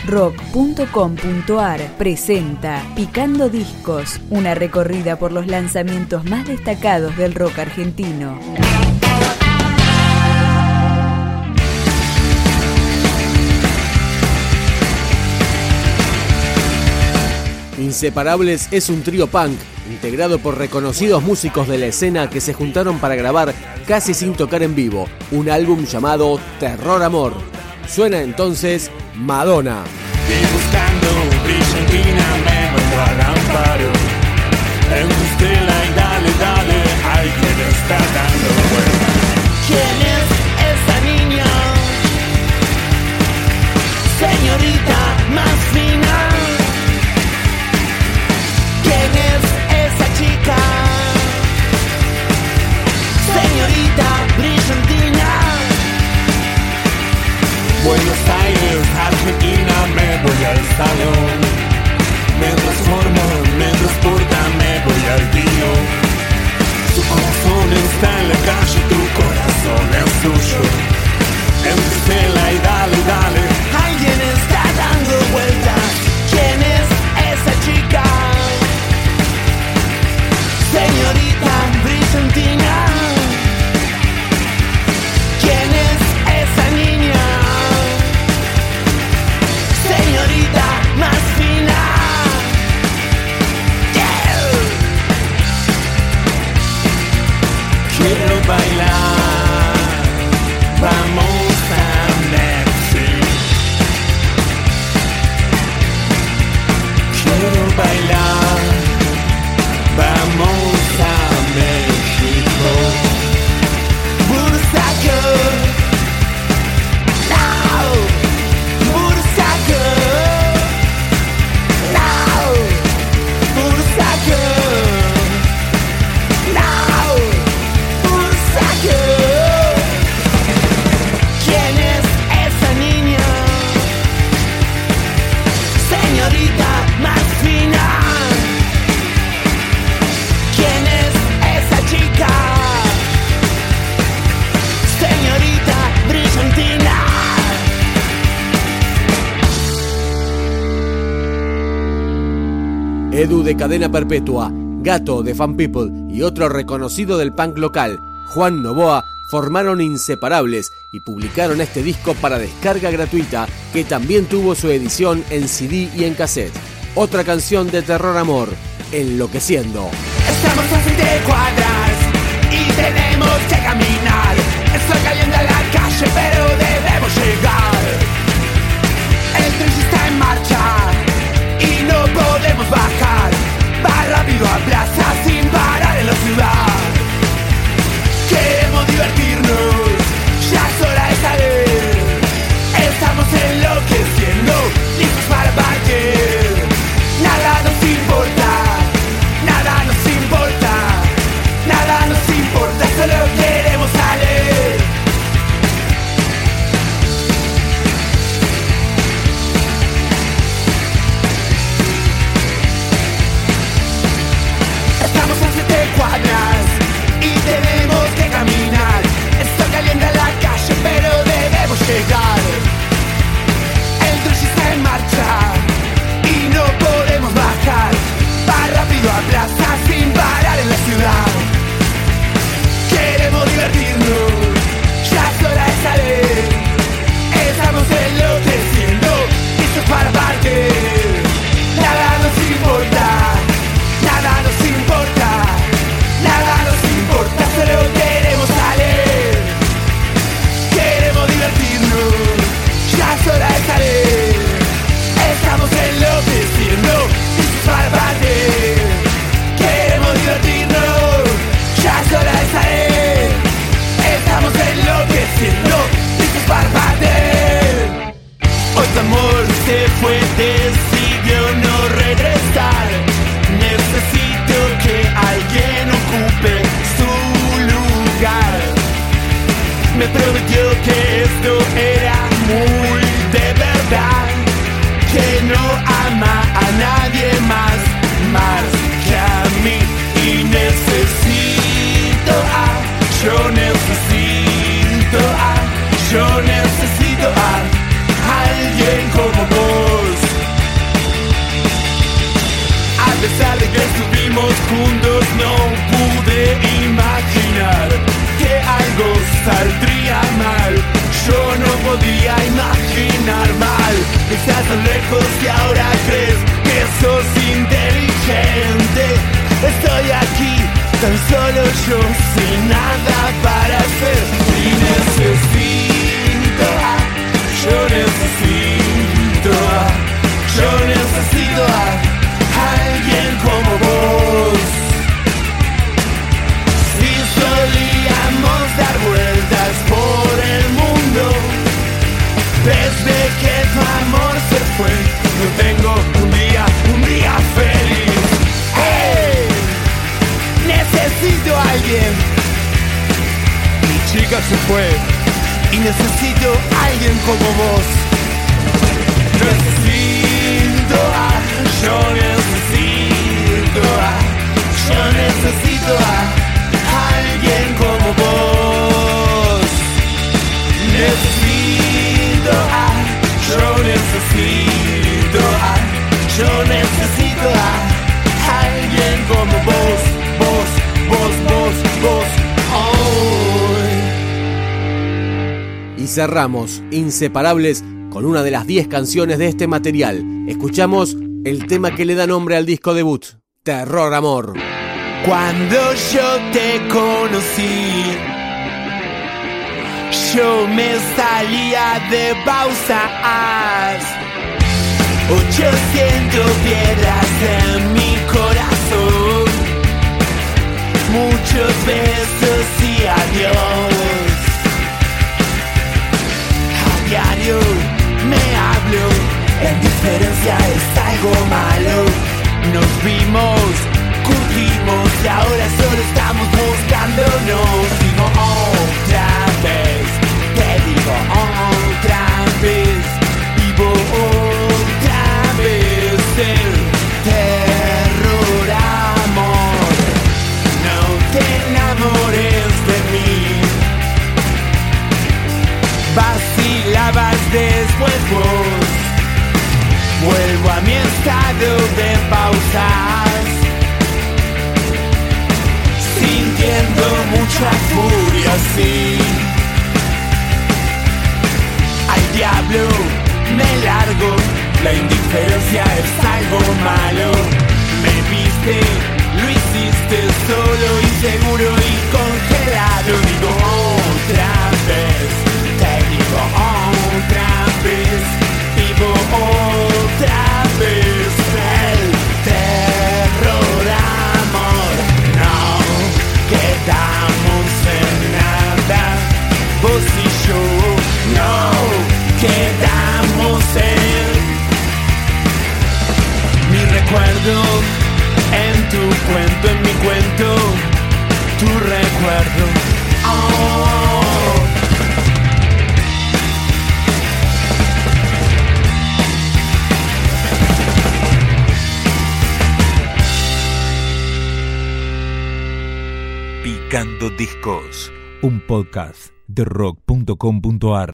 rock.com.ar presenta Picando Discos, una recorrida por los lanzamientos más destacados del rock argentino. Inseparables es un trío punk integrado por reconocidos músicos de la escena que se juntaron para grabar casi sin tocar en vivo un álbum llamado Terror Amor. Suena entonces Madonna. Y buscando brillantina me vuelvo al amparo. Embustela y dale, dale, hay quien está dando vuelta. ¿Quién es esa niña? Señorita más fina. ¿Quién es esa chica? Señorita brillantina. Buenos Aires, Argentina, me voy al salón. Me transformo, me transporta, me voy al tío. Tu corazón está en la calle, tu corazón es suyo. Embustela y dale, dale, Alguien está dando vueltas. ¿Quién es esa chica? Señorita brillantina. ¿Quién es esa niña? Señorita más fina. Yeah. quiero bailar. Vamos a México. Quiero bailar. Vamos a México. Bursaco. Now. Bursaco. Now. Bursaco. Now. Bursaco. ¿Quién es esa niña? Señorita más fina. ¿Quién es esa chica? Señorita brillantina. Edu de Cadena Perpetua, Gato de Fan People y otro reconocido del punk local, Juan Novoa, formaron Inseparables y publicaron este disco para descarga gratuita que también tuvo su edición en CD y en cassette. Otra canción de Terror Amor, Enloqueciendo. Estamos a 20 cuadras y tenemos que caminar. Estoy cayendo a la calle, pero debemos llegar. El tren ya está en marcha y no podemos bajar. Va rápido a plaza sin parar en la ciudad. Queremos divertirnos, ya es hora de salir. Estamos enloqueciendo, listos para partir. Nada nos importa, nada nos importa, nada nos importa, solo queremos salir. tan lejos y ahora crees que sos inteligente. Estoy aquí, tan solo yo, sin nada para hacer. Y necesito, yo necesito a alguien como vos. Si solíamos dar vueltas por el mundo, desde que tu amor se fue, no tengo un día feliz. ¡Hey! Necesito a alguien. Mi chica se fue y necesito a alguien como vos. Yo necesito a alguien como vos. Yo necesito a alguien como vos. Y cerramos Inseparables con una de las 10 canciones de este material. Escuchamos el tema que le da nombre al disco debut, Terror Amor. Cuando yo te conocí, yo me salía de Bausas. 800 piedras en mi corazón, muchos besos y adiós. A diario me hablo, la indiferencia es algo malo. Nos vimos, curtimos y ahora solo estamos buscándonos. Digo otra vez, te digo otra vez, vivo otra vez el terror amor. No te enamores de mí, vacilabas después vos. Vuelvo a mi estado de pausas, sintiendo mucha furia, sí. Al diablo me largo, la indiferencia es algo malo. Me viste, lo hiciste solo, inseguro y congelado. Digo otra vez, te digo otra vez, vivo otra vez el terror amor. No quedamos en nada, vos y yo. No quedamos en mi recuerdo, en tu cuento, en mi cuento, tu recuerdo. Oh. Picando Discos, un podcast de rock.com.ar.